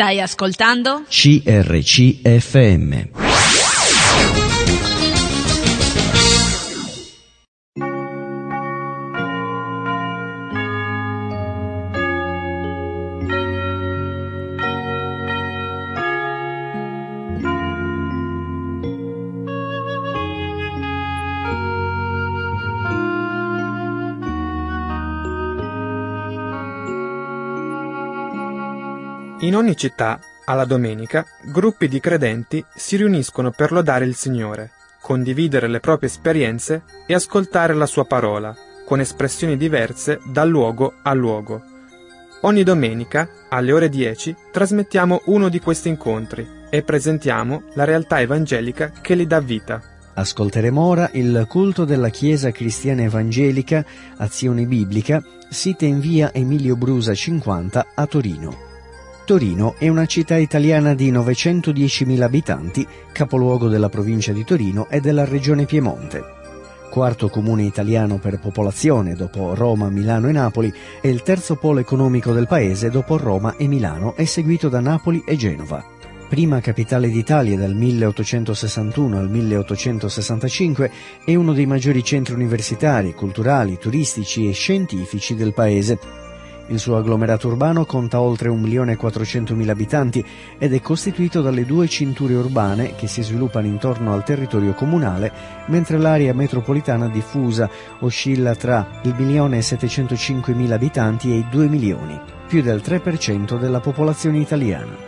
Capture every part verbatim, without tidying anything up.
Stai ascoltando C R C F M. In ogni città, alla domenica, gruppi di credenti si riuniscono per lodare il Signore, condividere le proprie esperienze e ascoltare la Sua parola, con espressioni diverse da luogo a luogo. Ogni domenica, alle ore dieci, trasmettiamo uno di questi incontri e presentiamo la realtà evangelica che li dà vita. Ascolteremo ora il culto della Chiesa Cristiana Evangelica Azione Biblica, sita in via Emilio Brusa cinquanta a Torino. Torino è una città italiana di novecentodiecimila abitanti, capoluogo della provincia di Torino e della regione Piemonte. Quarto comune italiano per popolazione dopo Roma, Milano e Napoli, è il terzo polo economico del paese dopo Roma e Milano e seguito da Napoli e Genova. Prima capitale d'Italia dal milleottocentosessantuno al milleottocentosessantacinque, è uno dei maggiori centri universitari, culturali, turistici e scientifici del paese. Il suo agglomerato urbano conta oltre un milione e quattrocentomila abitanti ed è costituito dalle due cinture urbane che si sviluppano intorno al territorio comunale, mentre l'area metropolitana diffusa oscilla tra il milione e settecentocinquemila abitanti e i due milioni, più del tre per cento della popolazione italiana.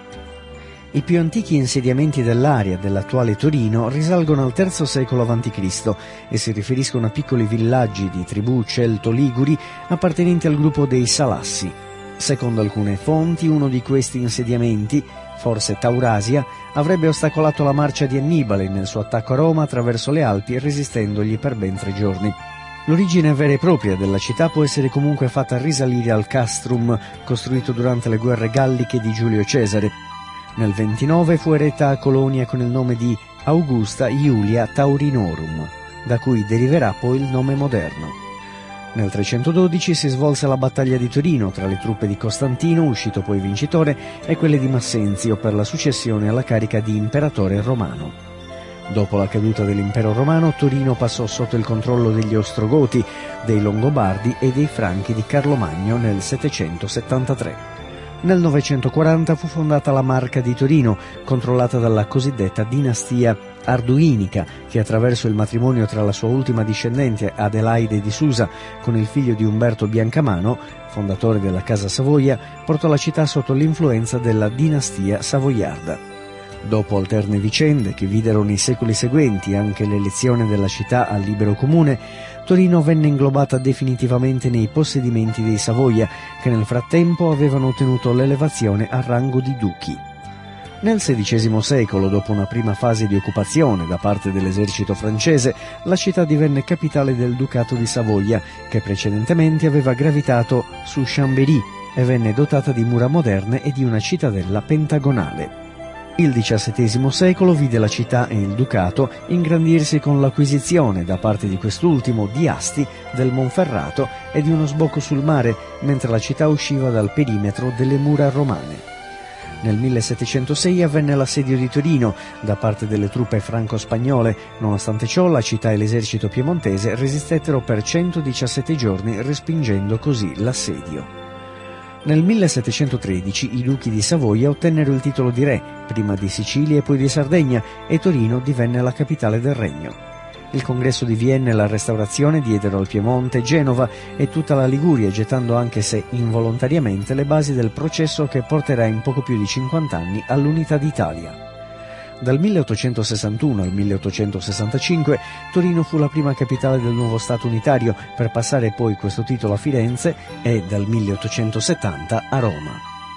I più antichi insediamenti dell'area dell'attuale Torino risalgono al terzo secolo avanti Cristo e si riferiscono a piccoli villaggi di tribù celto-liguri appartenenti al gruppo dei Salassi. Secondo alcune fonti, uno di questi insediamenti, forse Taurasia, avrebbe ostacolato la marcia di Annibale nel suo attacco a Roma attraverso le Alpi, resistendogli per ben tre giorni. L'origine vera e propria della città può essere comunque fatta risalire al castrum costruito durante le guerre galliche di Giulio Cesare. Nel ventinove fu eretta a Colonia con il nome di Augusta Iulia Taurinorum, da cui deriverà poi il nome moderno. Nel trecentododici si svolse la battaglia di Torino tra le truppe di Costantino, uscito poi vincitore, e quelle di Massenzio per la successione alla carica di imperatore romano. Dopo la caduta dell'impero romano, Torino passò sotto il controllo degli Ostrogoti, dei Longobardi e dei Franchi di Carlo Magno nel settecentosettantatré. Nel novecentoquaranta fu fondata la Marca di Torino, controllata dalla cosiddetta dinastia arduinica, che attraverso il matrimonio tra la sua ultima discendente Adelaide di Susa con il figlio di Umberto Biancamano, fondatore della Casa Savoia, portò la città sotto l'influenza della dinastia savoiarda. Dopo alterne vicende che videro nei secoli seguenti anche l'elezione della città al libero comune, Torino venne inglobata definitivamente nei possedimenti dei Savoia, che nel frattempo avevano ottenuto l'elevazione al rango di duchi. Nel sedicesimo secolo, dopo una prima fase di occupazione da parte dell'esercito francese, la città divenne capitale del Ducato di Savoia, che precedentemente aveva gravitato su Chambéry e venne dotata di mura moderne e di una cittadella pentagonale. Il diciassettesimo secolo vide la città e il ducato ingrandirsi con l'acquisizione da parte di quest'ultimo di Asti, del Monferrato e di uno sbocco sul mare, mentre la città usciva dal perimetro delle mura romane. Nel millesettecentosei avvenne l'assedio di Torino da parte delle truppe franco-spagnole. Nonostante ciò, la città e l'esercito piemontese resistettero per centodiciassette giorni, respingendo così l'assedio. Nel millesettecentotredici i duchi di Savoia ottennero il titolo di re, prima di Sicilia e poi di Sardegna, e Torino divenne la capitale del regno. Il congresso di Vienna e la restaurazione diedero al Piemonte, Genova e tutta la Liguria, gettando anche se involontariamente le basi del processo che porterà in poco più di cinquanta anni all'unità d'Italia. Dal milleottocentosessantuno al milleottocentosessantacinque Torino fu la prima capitale del nuovo Stato unitario, per passare poi questo titolo a Firenze e dal milleottocentosettanta a Roma.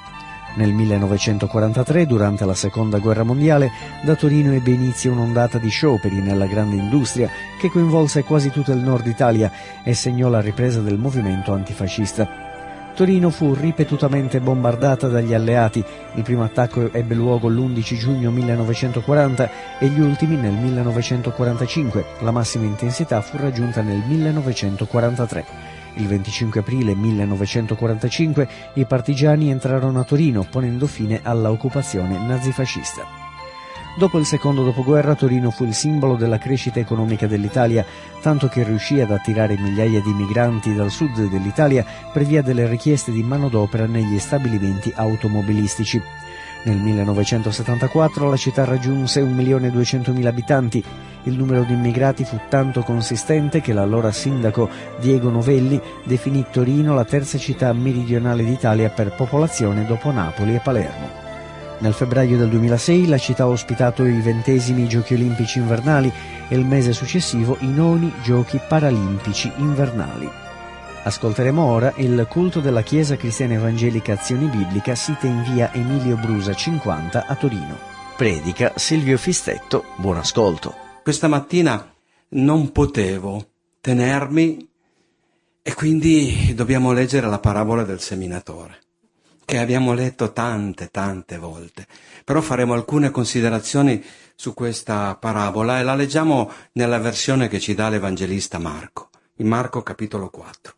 Nel millenovecentoquarantatré, durante la Seconda Guerra Mondiale, da Torino ebbe inizio un'ondata di scioperi nella grande industria che coinvolse quasi tutto il nord Italia e segnò la ripresa del movimento antifascista. Torino fu ripetutamente bombardata dagli alleati. Il primo attacco ebbe luogo l'undici giugno millenovecentoquaranta e gli ultimi nel millenovecentoquarantacinque. La massima intensità fu raggiunta nel millenovecentoquarantatré. Il venticinque aprile millenovecentoquarantacinque i partigiani entrarono a Torino, ponendo fine alla occupazione nazifascista. Dopo il secondo dopoguerra Torino fu il simbolo della crescita economica dell'Italia, tanto che riuscì ad attirare migliaia di migranti dal sud dell'Italia per via delle richieste di manodopera negli stabilimenti automobilistici. Nel millenovecentosettantaquattro la città raggiunse un milione e duecentomila abitanti. Il numero di immigrati fu tanto consistente che l'allora sindaco Diego Novelli definì Torino la terza città meridionale d'Italia per popolazione dopo Napoli e Palermo. Nel febbraio del duemilasei la città ha ospitato i ventesimi Giochi Olimpici Invernali e il mese successivo i noni Giochi Paralimpici Invernali. Ascolteremo ora il culto della Chiesa Cristiana Evangelica Azione Biblica, sita in via Emilio Brusa cinquanta a Torino. Predica Silvio Fistetto. Buon ascolto. Questa mattina non potevo tenermi e quindi dobbiamo leggere la parabola del seminatore, che abbiamo letto tante, tante volte. Però faremo alcune considerazioni su questa parabola e la leggiamo nella versione che ci dà l'Evangelista Marco, in Marco capitolo quattro.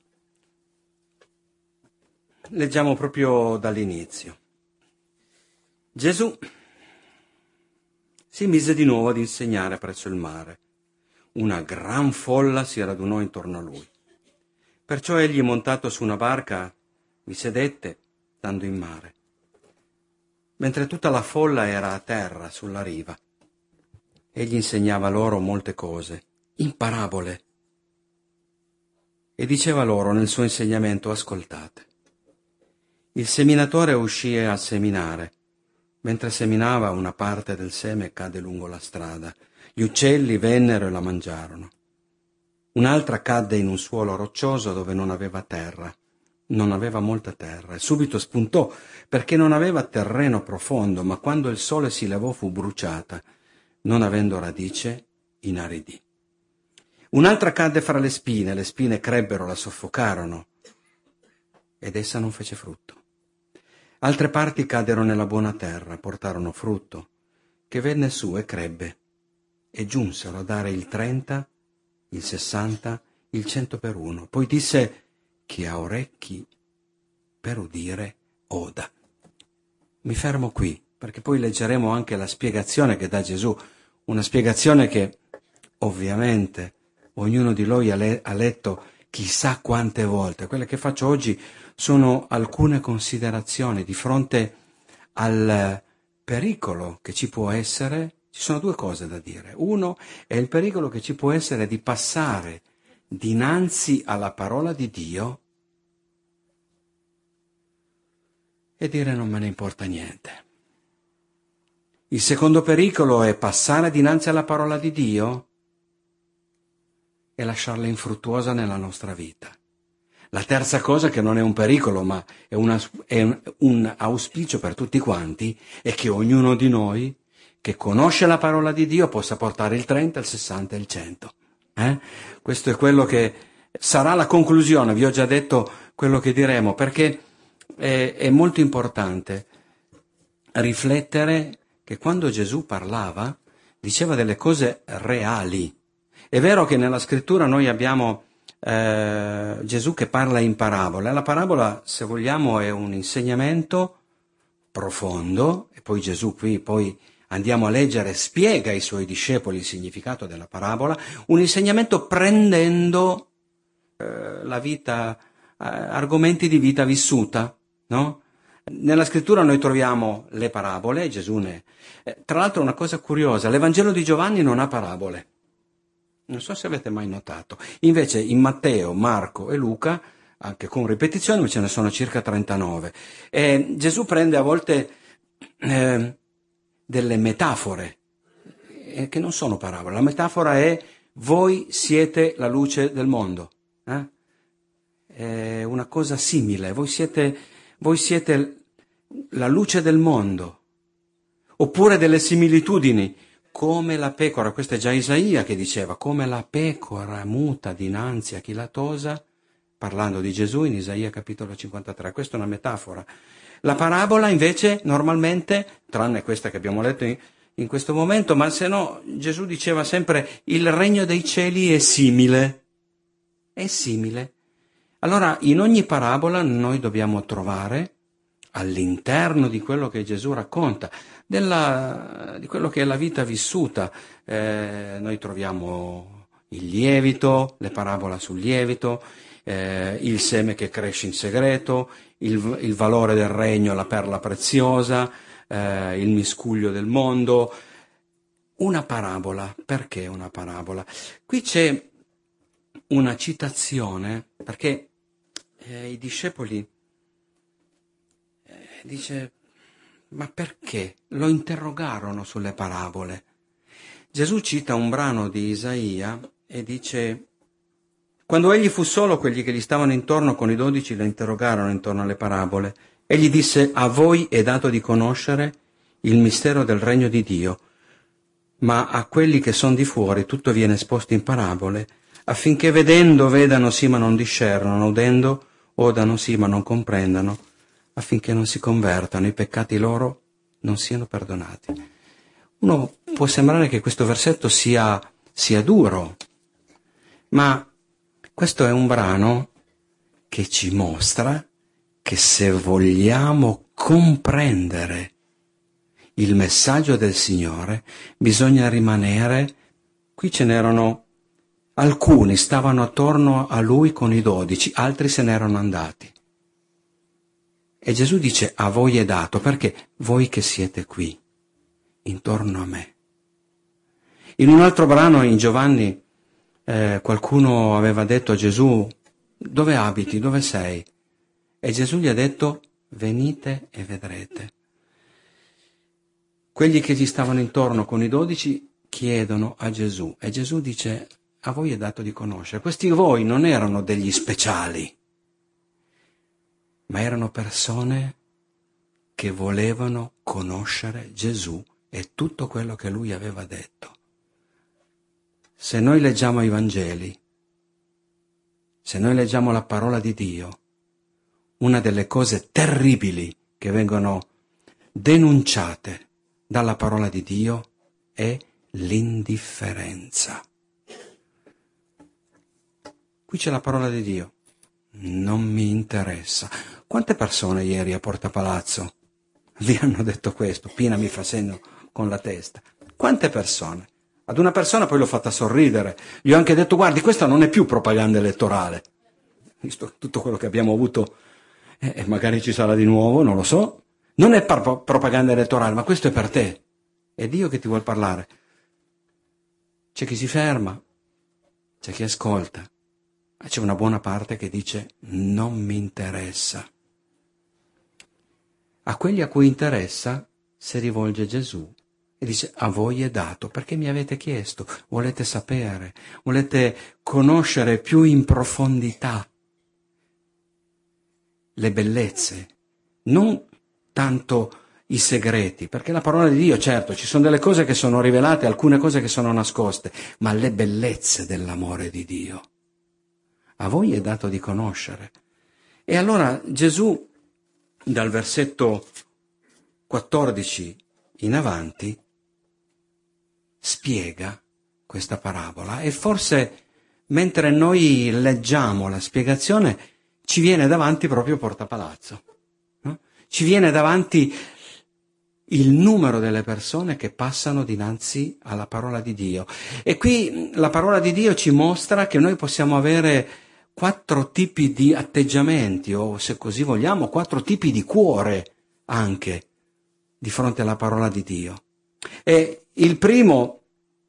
Leggiamo proprio dall'inizio. Gesù si mise di nuovo ad insegnare presso il mare. Una gran folla si radunò intorno a lui. Perciò egli, montato su una barca, vi sedette, stando in mare, mentre tutta la folla era a terra sulla riva. Egli insegnava loro molte cose, in parabole, e diceva loro nel suo insegnamento: ascoltate. Il seminatore uscì a seminare. Mentre seminava, una parte del seme cadde lungo la strada. Gli uccelli vennero e la mangiarono. Un'altra cadde in un suolo roccioso dove non aveva terra. Non aveva molta terra e subito spuntò perché non aveva terreno profondo, ma quando il sole si levò fu bruciata. Non avendo radice, inaridì. Un'altra cadde fra le spine, le spine crebbero, la soffocarono ed essa non fece frutto. Altre parti caddero nella buona terra, portarono frutto, che venne su e crebbe, e giunsero a dare il trenta, il sessanta, il cento per uno. Poi disse: chi ha orecchi per udire oda. Mi fermo qui, perché poi leggeremo anche la spiegazione che dà Gesù, una spiegazione che ovviamente ognuno di noi ha, le- ha letto chissà quante volte. Quelle che faccio oggi sono alcune considerazioni di fronte al pericolo che ci può essere. Ci sono due cose da dire. Uno è il pericolo che ci può essere di passare dinanzi alla parola di Dio e dire non me ne importa niente. Il secondo pericolo è passare dinanzi alla parola di Dio e lasciarla infruttuosa nella nostra vita. La terza cosa, che non è un pericolo ma è, una, è un, un auspicio per tutti quanti, è che ognuno di noi che conosce la parola di Dio possa portare il trenta, il sessanta e il cento. Eh? Questo è quello che sarà la conclusione. Vi ho già detto quello che diremo, perché è, è molto importante riflettere che quando Gesù parlava diceva delle cose reali. È vero che nella scrittura noi abbiamo eh, Gesù che parla in parabole. La parabola, se vogliamo, è un insegnamento profondo, e poi Gesù qui poi andiamo a leggere, spiega ai suoi discepoli il significato della parabola, un insegnamento prendendo eh, la vita, eh, argomenti di vita vissuta, no? Nella scrittura noi troviamo le parabole, Gesù ne... Eh, tra l'altro una cosa curiosa, l'Evangelo di Giovanni non ha parabole. Non so se avete mai notato. Invece in Matteo, Marco e Luca, anche con ripetizioni, ma ce ne sono circa trentanove. E Gesù prende a volte eh, delle metafore, eh, che non sono parabole. La metafora è: voi siete la luce del mondo. Eh? È una cosa simile. Voi siete, voi siete la luce del mondo. Oppure delle similitudini. Come la pecora, questo è già Isaia che diceva, come la pecora muta dinanzi a chi la tosa, parlando di Gesù in Isaia capitolo cinquantatré. Questa è una metafora. La parabola invece normalmente, tranne questa che abbiamo letto in, in questo momento, ma se no Gesù diceva sempre: il regno dei cieli è simile, è simile Allora, in ogni parabola noi dobbiamo trovare, all'interno di quello che Gesù racconta, della, di quello che è la vita vissuta, eh, noi troviamo il lievito, le parabole sul lievito, eh, il seme che cresce in segreto, il, il valore del regno, la perla preziosa, eh, il miscuglio del mondo. Una parabola. Perché una parabola? Qui c'è una citazione, perché eh, i discepoli eh, dice, ma perché? Lo interrogarono sulle parabole. Gesù cita un brano di Isaia e dice: quando egli fu solo, quelli che gli stavano intorno con i dodici lo interrogarono intorno alle parabole. Egli disse: a voi è dato di conoscere il mistero del regno di Dio, ma a quelli che sono di fuori tutto viene esposto in parabole, affinché vedendo vedano sì ma non discernano, udendo odano sì ma non comprendano, affinché non si convertano, i peccati loro non siano perdonati. Uno può sembrare che questo versetto sia, sia duro, ma questo è un brano che ci mostra che se vogliamo comprendere il messaggio del Signore bisogna rimanere. Qui ce n'erano alcuni, stavano attorno a lui con i dodici, altri se n'erano andati. E Gesù dice: a voi è dato, perché voi che siete qui, intorno a me. In un altro brano in Giovanni eh, qualcuno aveva detto a Gesù: dove abiti, dove sei? E Gesù gli ha detto: venite e vedrete. Quelli che gli stavano intorno con i dodici chiedono a Gesù e Gesù dice: a voi è dato di conoscere. Questi voi non erano degli speciali, ma erano persone che volevano conoscere Gesù e tutto quello che lui aveva detto. Se noi leggiamo i Vangeli, se noi leggiamo la parola di Dio, una delle cose terribili che vengono denunciate dalla parola di Dio è l'indifferenza. Qui c'è la parola di Dio. Non mi interessa. Quante persone ieri a Porta Palazzo vi hanno detto questo? Pina mi fa segno con la testa. Quante persone? Ad una persona poi l'ho fatta sorridere. Gli ho anche detto: guardi, questa non è più propaganda elettorale. Visto tutto quello che abbiamo avuto, e eh, magari ci sarà di nuovo, non lo so. Non è par- propaganda elettorale, ma questo è per te. È Dio che ti vuol parlare. C'è chi si ferma, c'è chi ascolta, ma c'è una buona parte che dice: non mi interessa. A quelli a cui interessa si rivolge Gesù e dice: a voi è dato, perché mi avete chiesto, volete sapere, volete conoscere più in profondità le bellezze, non tanto i segreti, perché la parola di Dio, certo, ci sono delle cose che sono rivelate, alcune cose che sono nascoste, ma le bellezze dell'amore di Dio. A voi è dato di conoscere. E allora Gesù, dal versetto quattordici in avanti, spiega questa parabola e forse mentre noi leggiamo la spiegazione ci viene davanti proprio Porta Palazzo. Ci viene davanti il numero delle persone che passano dinanzi alla parola di Dio. E qui la parola di Dio ci mostra che noi possiamo avere quattro tipi di atteggiamenti, o se così vogliamo, quattro tipi di cuore anche di fronte alla parola di Dio. E il primo,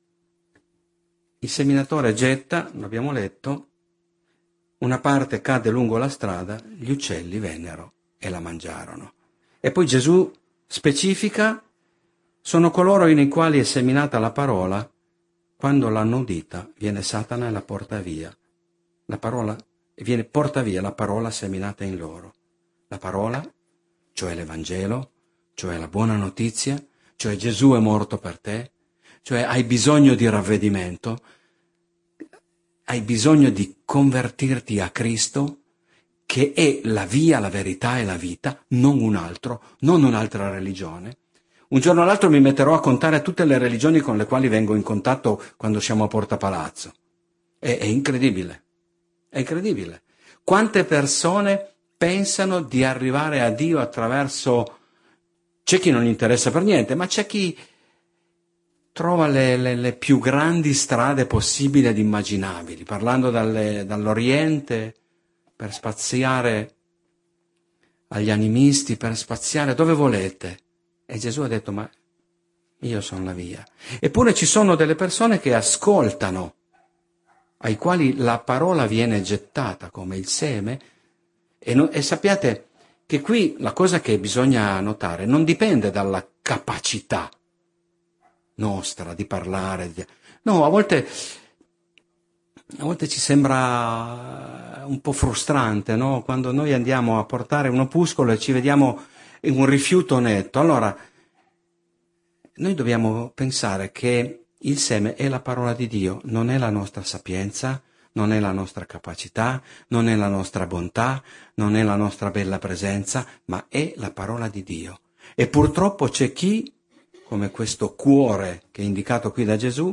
il seminatore getta, l'abbiamo letto, una parte cadde lungo la strada, gli uccelli vennero e la mangiarono. E poi Gesù specifica: sono coloro nei quali è seminata la parola, quando l'hanno udita viene Satana e la porta via. La parola viene porta via la parola seminata in loro. La parola, cioè l'Evangelo, cioè la buona notizia, cioè Gesù è morto per te, cioè hai bisogno di ravvedimento, hai bisogno di convertirti a Cristo, che è la via, la verità e la vita, non un altro, non un'altra religione. Un giorno o l'altro mi metterò a contare tutte le religioni con le quali vengo in contatto quando siamo a Porta Palazzo. È, è incredibile, è incredibile. Quante persone pensano di arrivare a Dio attraverso... C'è chi non gli interessa per niente, ma c'è chi trova le, le, le più grandi strade possibili ed immaginabili, parlando dalle, dall'Oriente per spaziare agli animisti, per spaziare dove volete. E Gesù ha detto, ma io sono la via. Eppure ci sono delle persone che ascoltano, ai quali la parola viene gettata come il seme, e, no, e sappiate che qui la cosa che bisogna notare non dipende dalla capacità nostra di parlare. Di... No, a volte, a volte ci sembra un po' frustrante, no? Quando noi andiamo a portare un opuscolo e ci vediamo in un rifiuto netto. Allora, noi dobbiamo pensare che il seme è la parola di Dio, non è la nostra sapienza, non è la nostra capacità, non è la nostra bontà, non è la nostra bella presenza, ma è la parola di Dio. E purtroppo c'è chi, come questo cuore che è indicato qui da Gesù,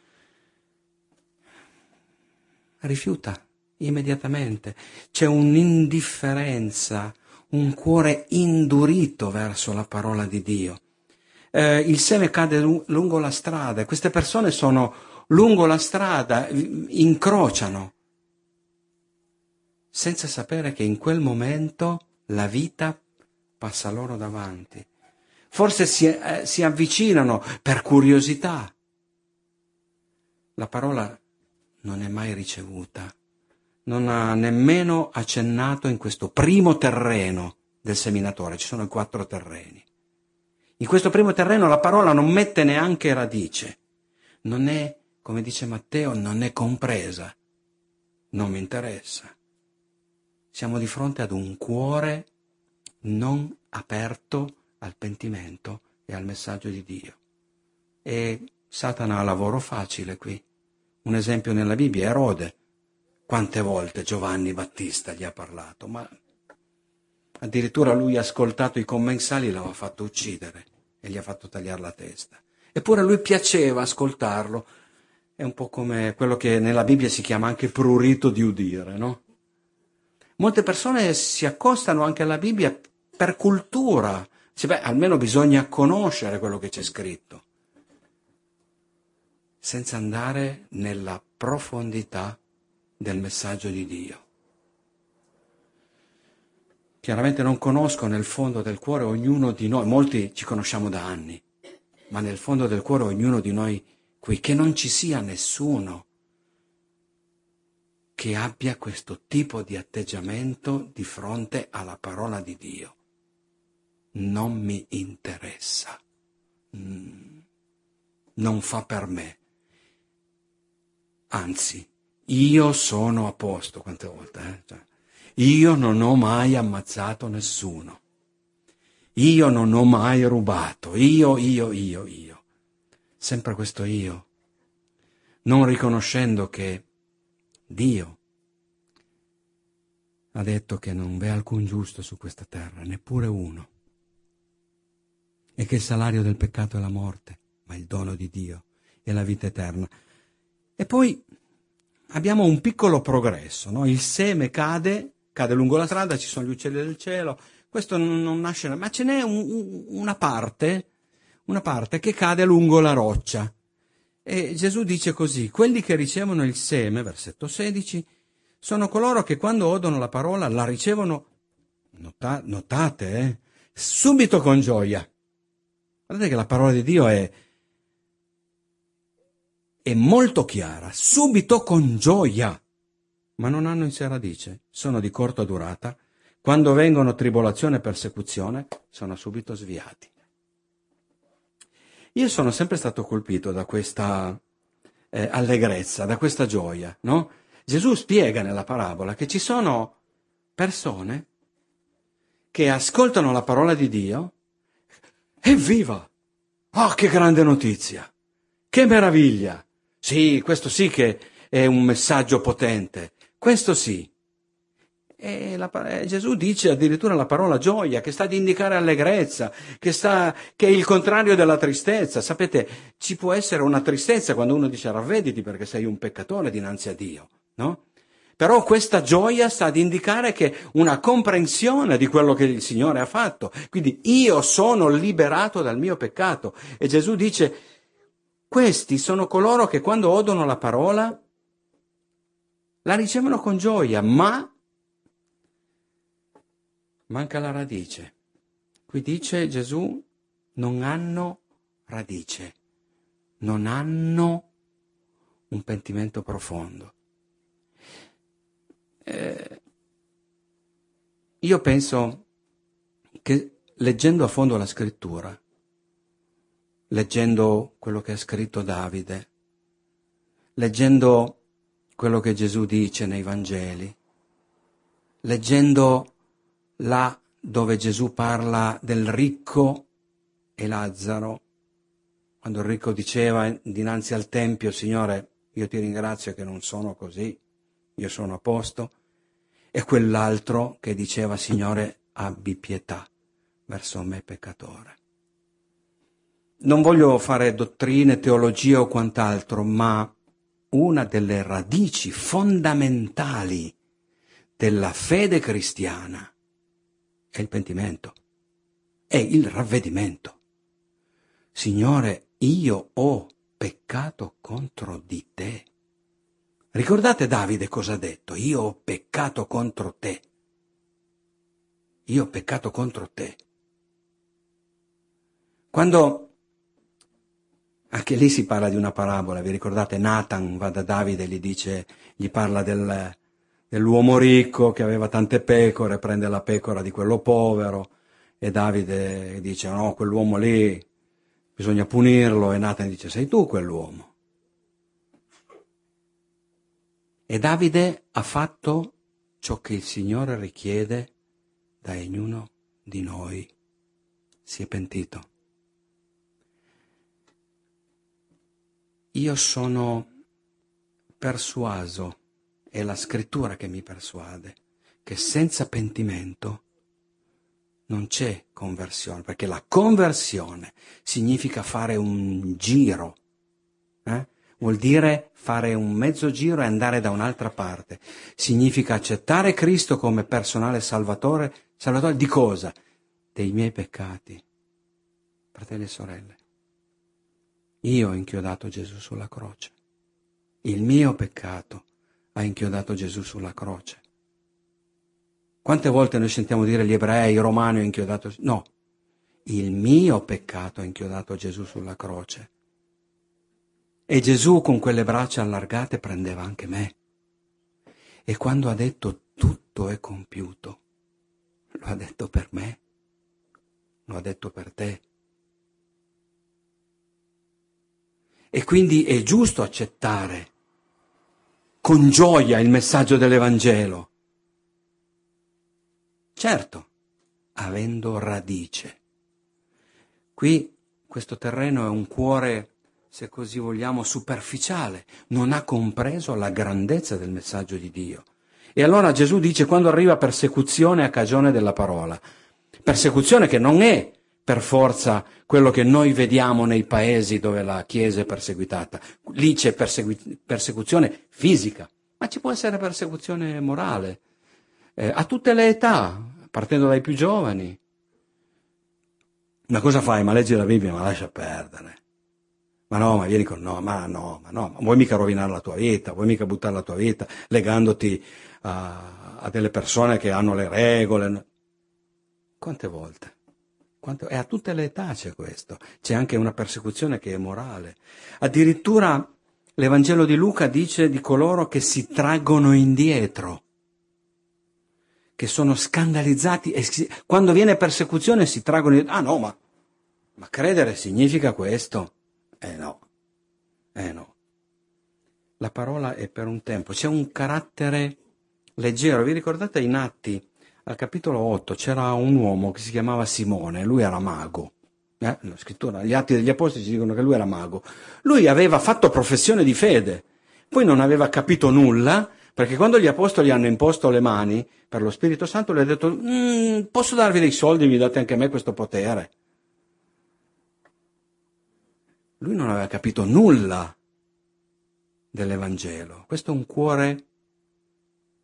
rifiuta immediatamente. C'è un'indifferenza, un cuore indurito verso la parola di Dio. Eh, il seme cade lungo la strada, queste persone sono lungo la strada, incrociano, senza sapere che in quel momento la vita passa loro davanti. Forse si, eh, si avvicinano per curiosità. La parola non è mai ricevuta, non ha nemmeno accennato in questo primo terreno del seminatore. Ci sono i quattro terreni. In questo primo terreno la parola non mette neanche radice, non è, come dice Matteo, non è compresa, non mi interessa. Siamo di fronte ad un cuore non aperto al pentimento e al messaggio di Dio. E Satana ha lavoro facile qui. Un esempio nella Bibbia è Erode. Quante volte Giovanni Battista gli ha parlato, ma addirittura lui ha ascoltato i commensali e l'aveva fatto uccidere e gli ha fatto tagliare la testa. Eppure a lui piaceva ascoltarlo. È un po' come quello che nella Bibbia si chiama anche prurito di udire, no? Molte persone si accostano anche alla Bibbia per cultura. Dice, beh, almeno bisogna conoscere quello che c'è scritto, senza andare nella profondità del messaggio di Dio. Chiaramente non conosco nel fondo del cuore ognuno di noi, molti ci conosciamo da anni, ma nel fondo del cuore ognuno di noi qui, che non ci sia nessuno che abbia questo tipo di atteggiamento di fronte alla parola di Dio. Non mi interessa, mm, non fa per me. Anzi, io sono a posto, quante volte, eh? Cioè, io non ho mai ammazzato nessuno, io non ho mai rubato, io, io, io, io. Sempre questo io, non riconoscendo che Dio ha detto che non v'è alcun giusto su questa terra, neppure uno, e che il salario del peccato è la morte, ma il dono di Dio è la vita eterna. E poi abbiamo un piccolo progresso, no? Il seme cade, cade lungo la strada, ci sono gli uccelli del cielo, questo non, non nasce, ma ce n'è un, un, una parte, una parte che cade lungo la roccia. E Gesù dice così: quelli che ricevono il seme, versetto sedici, sono coloro che quando odono la parola la ricevono, nota, notate, eh, subito con gioia. Guardate che la parola di Dio è, è molto chiara, subito con gioia, ma non hanno in sé radice, sono di corta durata, quando vengono tribolazione e persecuzione sono subito sviati. Io sono sempre stato colpito da questa eh, allegrezza, da questa gioia, no? Gesù spiega nella parabola che ci sono persone che ascoltano la parola di Dio. Evviva! Oh, che grande notizia! Che meraviglia! Sì, questo sì che è un messaggio potente, questo sì. E la, Gesù dice addirittura la parola gioia, che sta ad indicare allegrezza, che, sta, che è il contrario della tristezza. Sapete, ci può essere una tristezza quando uno dice ravvediti perché sei un peccatore dinanzi a Dio, no? Però questa gioia sta ad indicare che una comprensione di quello che il Signore ha fatto. Quindi io sono liberato dal mio peccato. E Gesù dice, questi sono coloro che quando odono la parola la ricevono con gioia, ma manca la radice. Qui dice Gesù, non hanno radice, non hanno un pentimento profondo. Eh, io penso che leggendo a fondo la scrittura, leggendo quello che ha scritto Davide, leggendo quello che Gesù dice nei Vangeli, leggendo là dove Gesù parla del ricco e Lazzaro, quando il ricco diceva dinanzi al Tempio, Signore, io ti ringrazio che non sono così, io sono a posto, e quell'altro che diceva, Signore, abbi pietà verso me peccatore. Non voglio fare dottrine, teologia o quant'altro, ma una delle radici fondamentali della fede cristiana è il pentimento, è il ravvedimento. Signore, io ho peccato contro di te. Ricordate Davide cosa ha detto? Io ho peccato contro te. Io ho peccato contro te. Quando anche lì si parla di una parabola, vi ricordate? Nathan va da Davide e gli dice, gli parla del, dell'uomo ricco che aveva tante pecore, prende la pecora di quello povero e Davide dice no, quell'uomo lì bisogna punirlo, e Nathan dice sei tu quell'uomo. E Davide ha fatto ciò che il Signore richiede da ognuno di noi, si è pentito. Io sono persuaso, è la scrittura che mi persuade, che senza pentimento non c'è conversione, perché la conversione significa fare un giro, eh? Vuol dire fare un mezzo giro e andare da un'altra parte. Significa accettare Cristo come personale salvatore. Salvatore di cosa? Dei miei peccati, fratelli e sorelle. Io ho inchiodato Gesù sulla croce. Il mio peccato ha inchiodato Gesù sulla croce. Quante volte noi sentiamo dire gli ebrei, i romani ho inchiodato... No, il mio peccato ha inchiodato Gesù sulla croce. E Gesù con quelle braccia allargate prendeva anche me. E quando ha detto tutto è compiuto, lo ha detto per me, lo ha detto per te. E quindi è giusto accettare con gioia il messaggio dell'Evangelo. Certo, avendo radice. Qui questo terreno è un cuore, se così vogliamo, superficiale, non ha compreso la grandezza del messaggio di Dio. E allora Gesù dice quando arriva persecuzione a cagione della parola, persecuzione che non è per forza quello che noi vediamo nei paesi dove la Chiesa è perseguitata. Lì c'è persecu- persecuzione fisica, ma ci può essere persecuzione morale, eh, a tutte le età, partendo dai più giovani. Ma cosa fai? Ma leggi la Bibbia, ma lascia perdere. Ma no, ma vieni con no, ma no, ma no, ma vuoi mica rovinare la tua vita, vuoi mica buttare la tua vita legandoti a, a delle persone che hanno le regole. Quante volte? Quante, e a tutte le età c'è questo. C'è anche una persecuzione che è morale. Addirittura l'Evangelo di Luca dice di coloro che si traggono indietro, che sono scandalizzati e si, quando viene persecuzione si traggono indietro. Ah no, ma, ma credere significa questo? Eh no, eh no. La parola è per un tempo. C'è un carattere leggero. Vi ricordate in Atti? Al capitolo otto c'era un uomo che si chiamava Simone, lui era mago. Eh? La scrittura, gli Atti degli Apostoli ci dicono che lui era mago. Lui aveva fatto professione di fede, poi non aveva capito nulla, perché quando gli Apostoli hanno imposto le mani per lo Spirito Santo, lui ha detto, mm, posso darvi dei soldi, mi date anche a me questo potere. Lui non aveva capito nulla dell'Evangelo. Questo è un cuore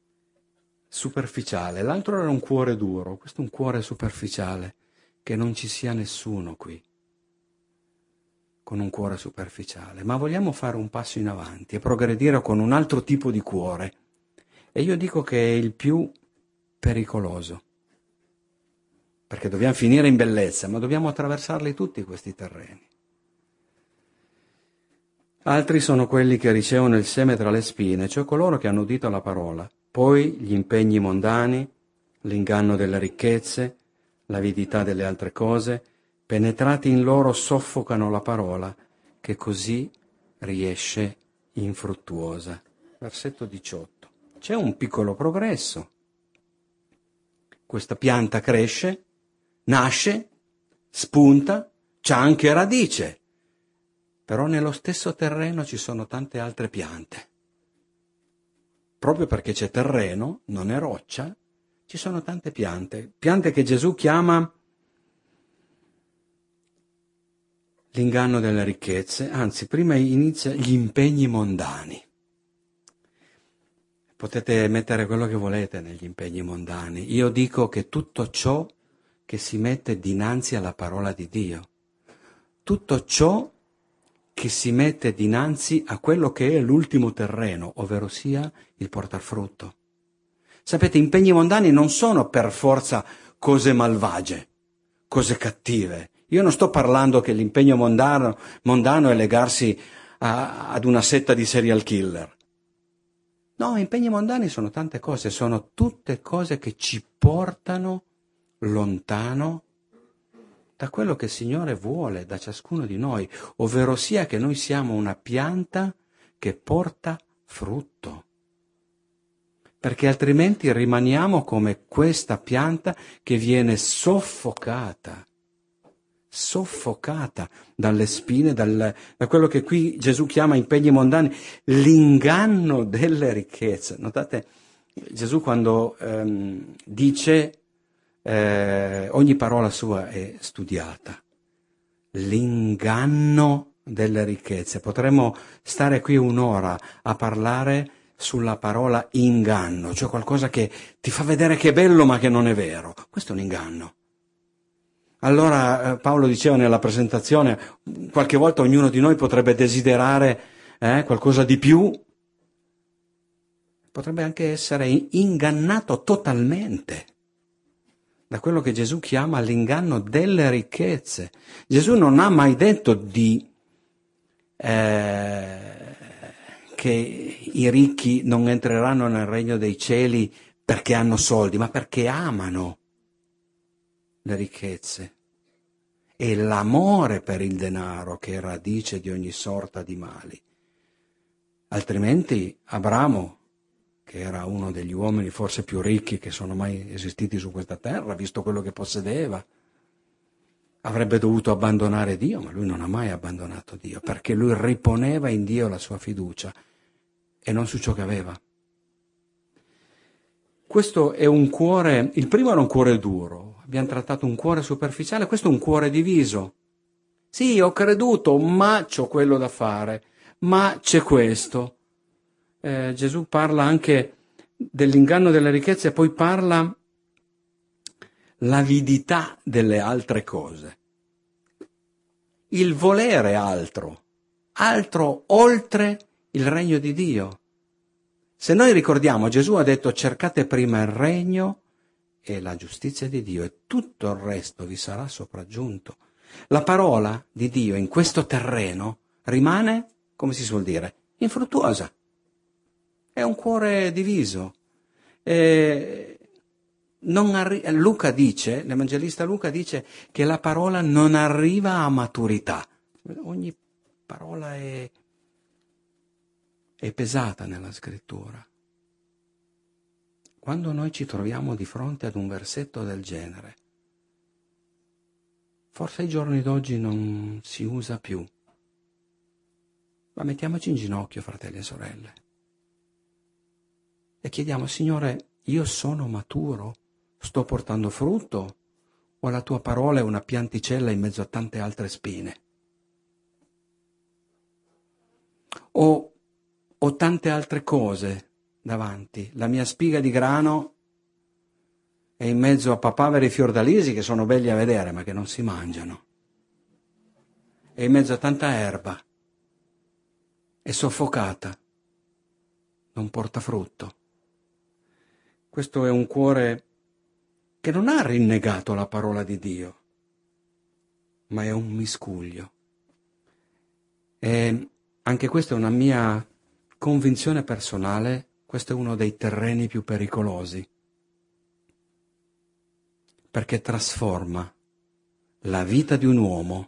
superficiale, l'altro era un cuore duro, questo è un cuore superficiale, che non ci sia nessuno qui con un cuore superficiale, ma vogliamo fare un passo in avanti e progredire con un altro tipo di cuore, e io dico che è il più pericoloso, perché dobbiamo finire in bellezza, ma dobbiamo attraversarli tutti questi terreni. Altri sono quelli che ricevono il seme tra le spine, cioè coloro che hanno udito la parola, poi gli impegni mondani, l'inganno delle ricchezze, l'avidità delle altre cose, penetrati in loro soffocano la parola, che così riesce infruttuosa. Versetto diciotto. C'è un piccolo progresso. Questa pianta cresce, nasce, spunta, c'ha anche radice, però nello stesso terreno ci sono tante altre piante. Proprio perché c'è terreno, non è roccia, ci sono tante piante, piante che Gesù chiama l'inganno delle ricchezze, anzi prima inizia gli impegni mondani. Potete mettere quello che volete negli impegni mondani. Io dico che tutto ciò che si mette dinanzi alla parola di Dio, tutto ciò che si mette dinanzi a quello che è l'ultimo terreno, ovvero sia il portar frutto. Sapete, impegni mondani non sono per forza cose malvagie, cose cattive. Io non sto parlando che l'impegno mondano, mondano è legarsi a, ad una setta di serial killer. No, impegni mondani sono tante cose, sono tutte cose che ci portano lontano da quello che il Signore vuole da ciascuno di noi, ovvero sia che noi siamo una pianta che porta frutto. Perché altrimenti rimaniamo come questa pianta che viene soffocata, soffocata dalle spine, dal, da quello che qui Gesù chiama impegni mondani, l'inganno delle ricchezze. Notate, Gesù quando ehm, dice eh, ogni parola sua è studiata, l'inganno delle ricchezze. Potremmo stare qui un'ora a parlare sulla parola inganno, cioè qualcosa che ti fa vedere che è bello ma che non è vero. Questo è un inganno. Allora eh, Paolo diceva nella presentazione, qualche volta ognuno di noi potrebbe desiderare eh, qualcosa di più, potrebbe anche essere ingannato totalmente da quello che Gesù chiama l'inganno delle ricchezze. Gesù non ha mai detto di eh, che i ricchi non entreranno nel regno dei cieli perché hanno soldi, ma perché amano le ricchezze. È l'amore per il denaro che è radice di ogni sorta di mali. Altrimenti Abramo, che era uno degli uomini forse più ricchi che sono mai esistiti su questa terra, visto quello che possedeva, avrebbe dovuto abbandonare Dio, ma lui non ha mai abbandonato Dio, perché lui riponeva in Dio la sua fiducia e non su ciò che aveva. Questo è un cuore, il primo era un cuore duro, abbiamo trattato un cuore superficiale, questo è un cuore diviso. Sì, ho creduto, ma c'ho quello da fare, ma c'è questo. Eh, Gesù parla anche dell'inganno delle ricchezze e poi parla l'avidità delle altre cose. Il volere altro, altro oltre il regno di Dio. Se noi ricordiamo, Gesù ha detto cercate prima il regno e la giustizia di Dio e tutto il resto vi sarà sopraggiunto. La parola di Dio in questo terreno rimane, come si suol dire, infruttuosa. È un cuore diviso. E non arri- Luca dice, l'Evangelista Luca dice che la parola non arriva a maturità. Ogni parola è, è pesata nella scrittura. Quando noi ci troviamo di fronte ad un versetto del genere, forse ai giorni d'oggi non si usa più, ma mettiamoci in ginocchio, fratelli e sorelle, e chiediamo, Signore, io sono maturo, sto portando frutto, o la tua parola è una pianticella in mezzo a tante altre spine? O ho tante altre cose davanti, la mia spiga di grano è in mezzo a papaveri fiordalisi che sono belli a vedere ma che non si mangiano. È in mezzo a tanta erba, è soffocata, non porta frutto. Questo è un cuore che non ha rinnegato la parola di Dio, ma è un miscuglio. E anche questa è una mia convinzione personale, questo è uno dei terreni più pericolosi, perché trasforma la vita di un uomo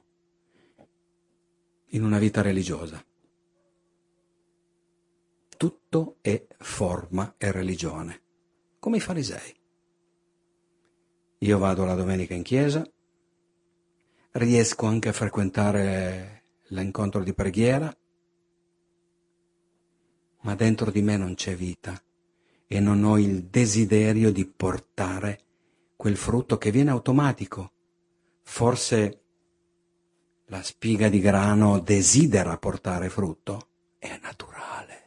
in una vita religiosa. Tutto è forma e religione, come i farisei. Io vado la domenica in chiesa, riesco anche a frequentare l'incontro di preghiera, ma dentro di me non c'è vita e non ho il desiderio di portare quel frutto che viene automatico. Forse la spiga di grano desidera portare frutto, è naturale.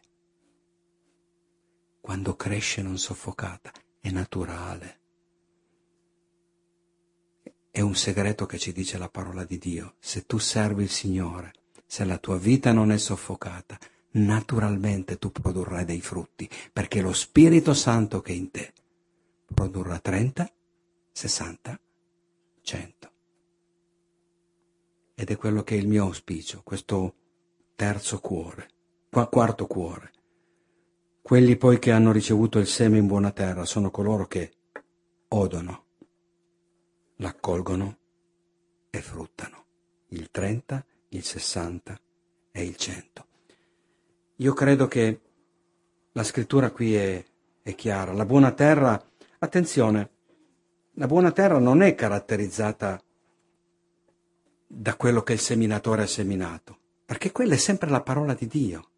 Quando cresce non soffocata, è naturale. È un segreto che ci dice la parola di Dio. Se tu servi il Signore, se la tua vita non è soffocata, naturalmente tu produrrai dei frutti, perché lo Spirito Santo che è in te produrrà trenta, sessanta, cento. Ed è quello che è il mio auspicio, questo terzo cuore, quarto cuore. Quelli poi che hanno ricevuto il seme in buona terra sono coloro che odono, l'accolgono e fruttano. Il trenta, il sessanta e il cento. Io credo che la scrittura qui è, è chiara. La buona terra, attenzione, la buona terra non è caratterizzata da quello che il seminatore ha seminato, perché quella è sempre la parola di Dio.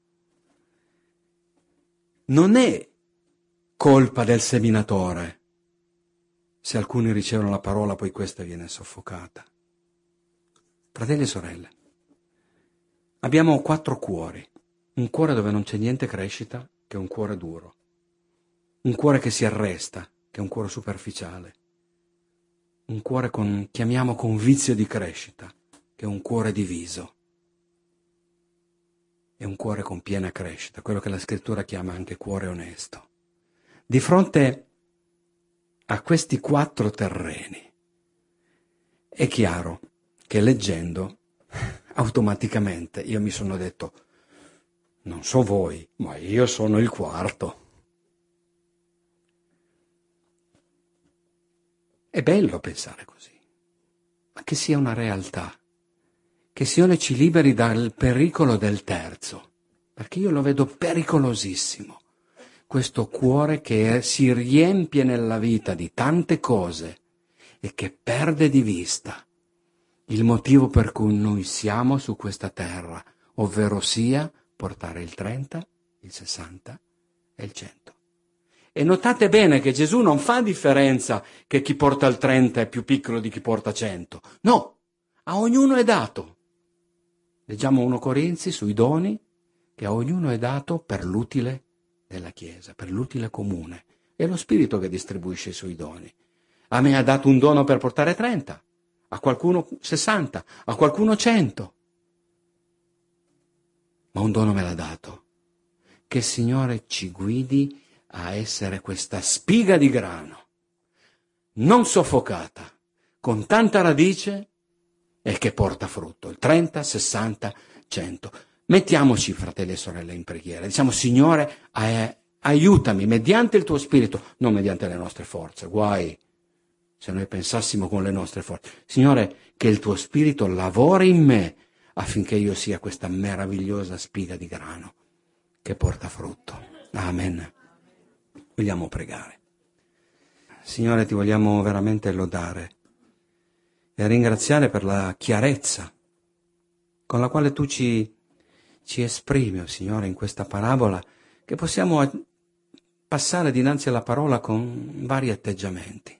Non è colpa del seminatore se alcuni ricevono la parola poi questa viene soffocata. Fratelli e sorelle, abbiamo quattro cuori. Un cuore dove non c'è niente crescita, che è un cuore duro. Un cuore che si arresta, che è un cuore superficiale. Un cuore con, chiamiamo con vizio di crescita, che è un cuore diviso. E un cuore con piena crescita, quello che la scrittura chiama anche cuore onesto. Di fronte a questi quattro terreni è chiaro che leggendo automaticamente io mi sono detto: non so voi, ma io sono il quarto. È bello pensare così, ma che sia una realtà, che il Signore ci liberi dal pericolo del terzo, perché io lo vedo pericolosissimo, questo cuore che si riempie nella vita di tante cose e che perde di vista il motivo per cui noi siamo su questa terra, ovvero sia portare il trenta, il sessanta e il cento. E notate bene che Gesù non fa differenza che chi porta il trenta è più piccolo di chi porta cento. No, a ognuno è dato. Leggiamo primo Corinzi sui doni, che a ognuno è dato per l'utile della Chiesa, per l'utile comune. È lo Spirito che distribuisce i suoi doni. A me ha dato un dono per portare trenta, a qualcuno sessanta, a qualcuno cento. Ma un dono me l'ha dato, che il Signore ci guidi a essere questa spiga di grano, non soffocata, con tanta radice e che porta frutto, il trenta, sessanta, cento. Mettiamoci, fratelli e sorelle, in preghiera. Diciamo: Signore, eh, aiutami mediante il tuo Spirito, non mediante le nostre forze. Guai se noi pensassimo con le nostre forze. Signore, che il tuo Spirito lavori in me affinché io sia questa meravigliosa spiga di grano che porta frutto. Amen. Vogliamo pregare. Signore, ti vogliamo veramente lodare e ringraziare per la chiarezza con la quale tu ci, ci esprimi, oh Signore, in questa parabola, che possiamo passare dinanzi alla parola con vari atteggiamenti.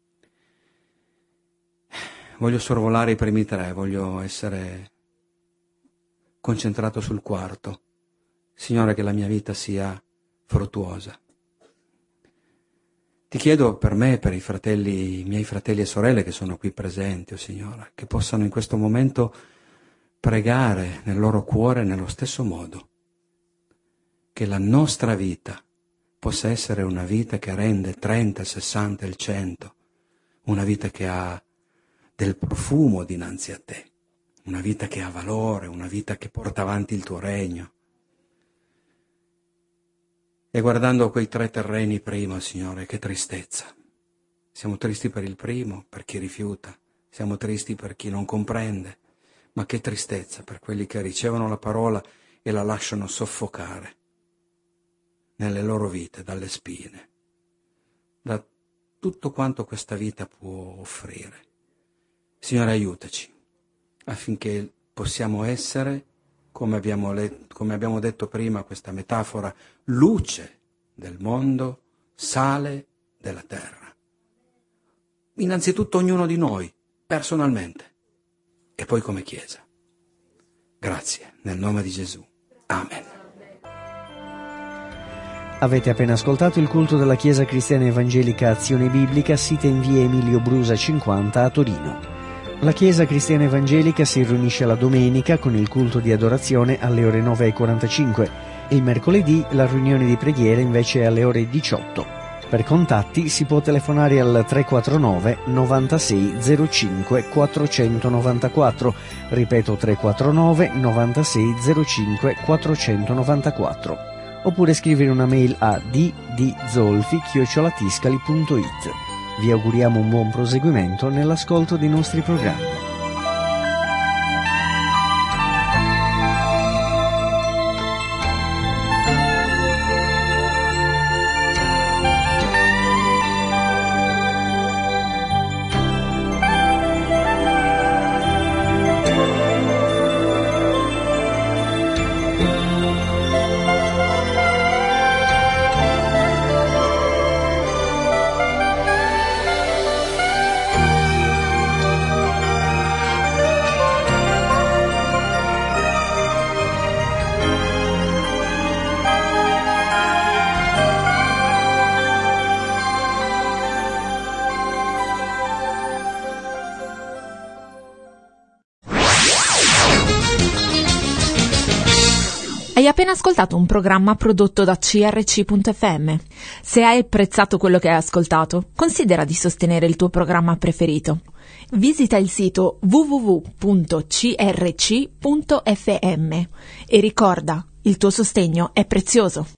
Voglio sorvolare i primi tre, voglio essere concentrato sul quarto. Signore, che la mia vita sia fruttuosa. Ti chiedo per me e per i fratelli, i miei fratelli e sorelle che sono qui presenti, oh Signore, che possano in questo momento pregare nel loro cuore nello stesso modo, che la nostra vita possa essere una vita che rende trenta, il sessanta, il cento, una vita che ha del profumo dinanzi a te, una vita che ha valore, una vita che porta avanti il tuo regno. E guardando quei tre terreni prima, Signore, che tristezza. Siamo tristi per il primo, per chi rifiuta, siamo tristi per chi non comprende, ma che tristezza per quelli che ricevono la parola e la lasciano soffocare nelle loro vite, dalle spine, da tutto quanto questa vita può offrire. Signore, aiutaci affinché possiamo essere, come abbiamo, let- come abbiamo detto prima, questa metafora, luce del mondo, sale della terra. Innanzitutto ognuno di noi, personalmente, e poi come Chiesa. Grazie, nel nome di Gesù. Amen. Avete appena ascoltato il culto della Chiesa Cristiana Evangelica Azione Biblica, sita in via Emilio Brusa cinquanta a Torino. La Chiesa Cristiana Evangelica si riunisce la domenica con il culto di adorazione alle ore nove e quarantacinque e il mercoledì la riunione di preghiera invece è alle ore diciotto. Per contatti si può telefonare al tre quattro nove novantasei zero cinque quattrocentonovantaquattro, ripeto tre quattro nove novantasei zero cinque quattrocentonovantaquattro, oppure scrivere una mail a d d zolfi chiocciola tiscali punto it. Vi auguriamo un buon proseguimento nell'ascolto dei nostri programmi. Hai appena ascoltato un programma prodotto da C R C punto F M. Se hai apprezzato quello che hai ascoltato, considera di sostenere il tuo programma preferito. Visita il sito w w w punto c r c punto f m e ricorda, il tuo sostegno è prezioso.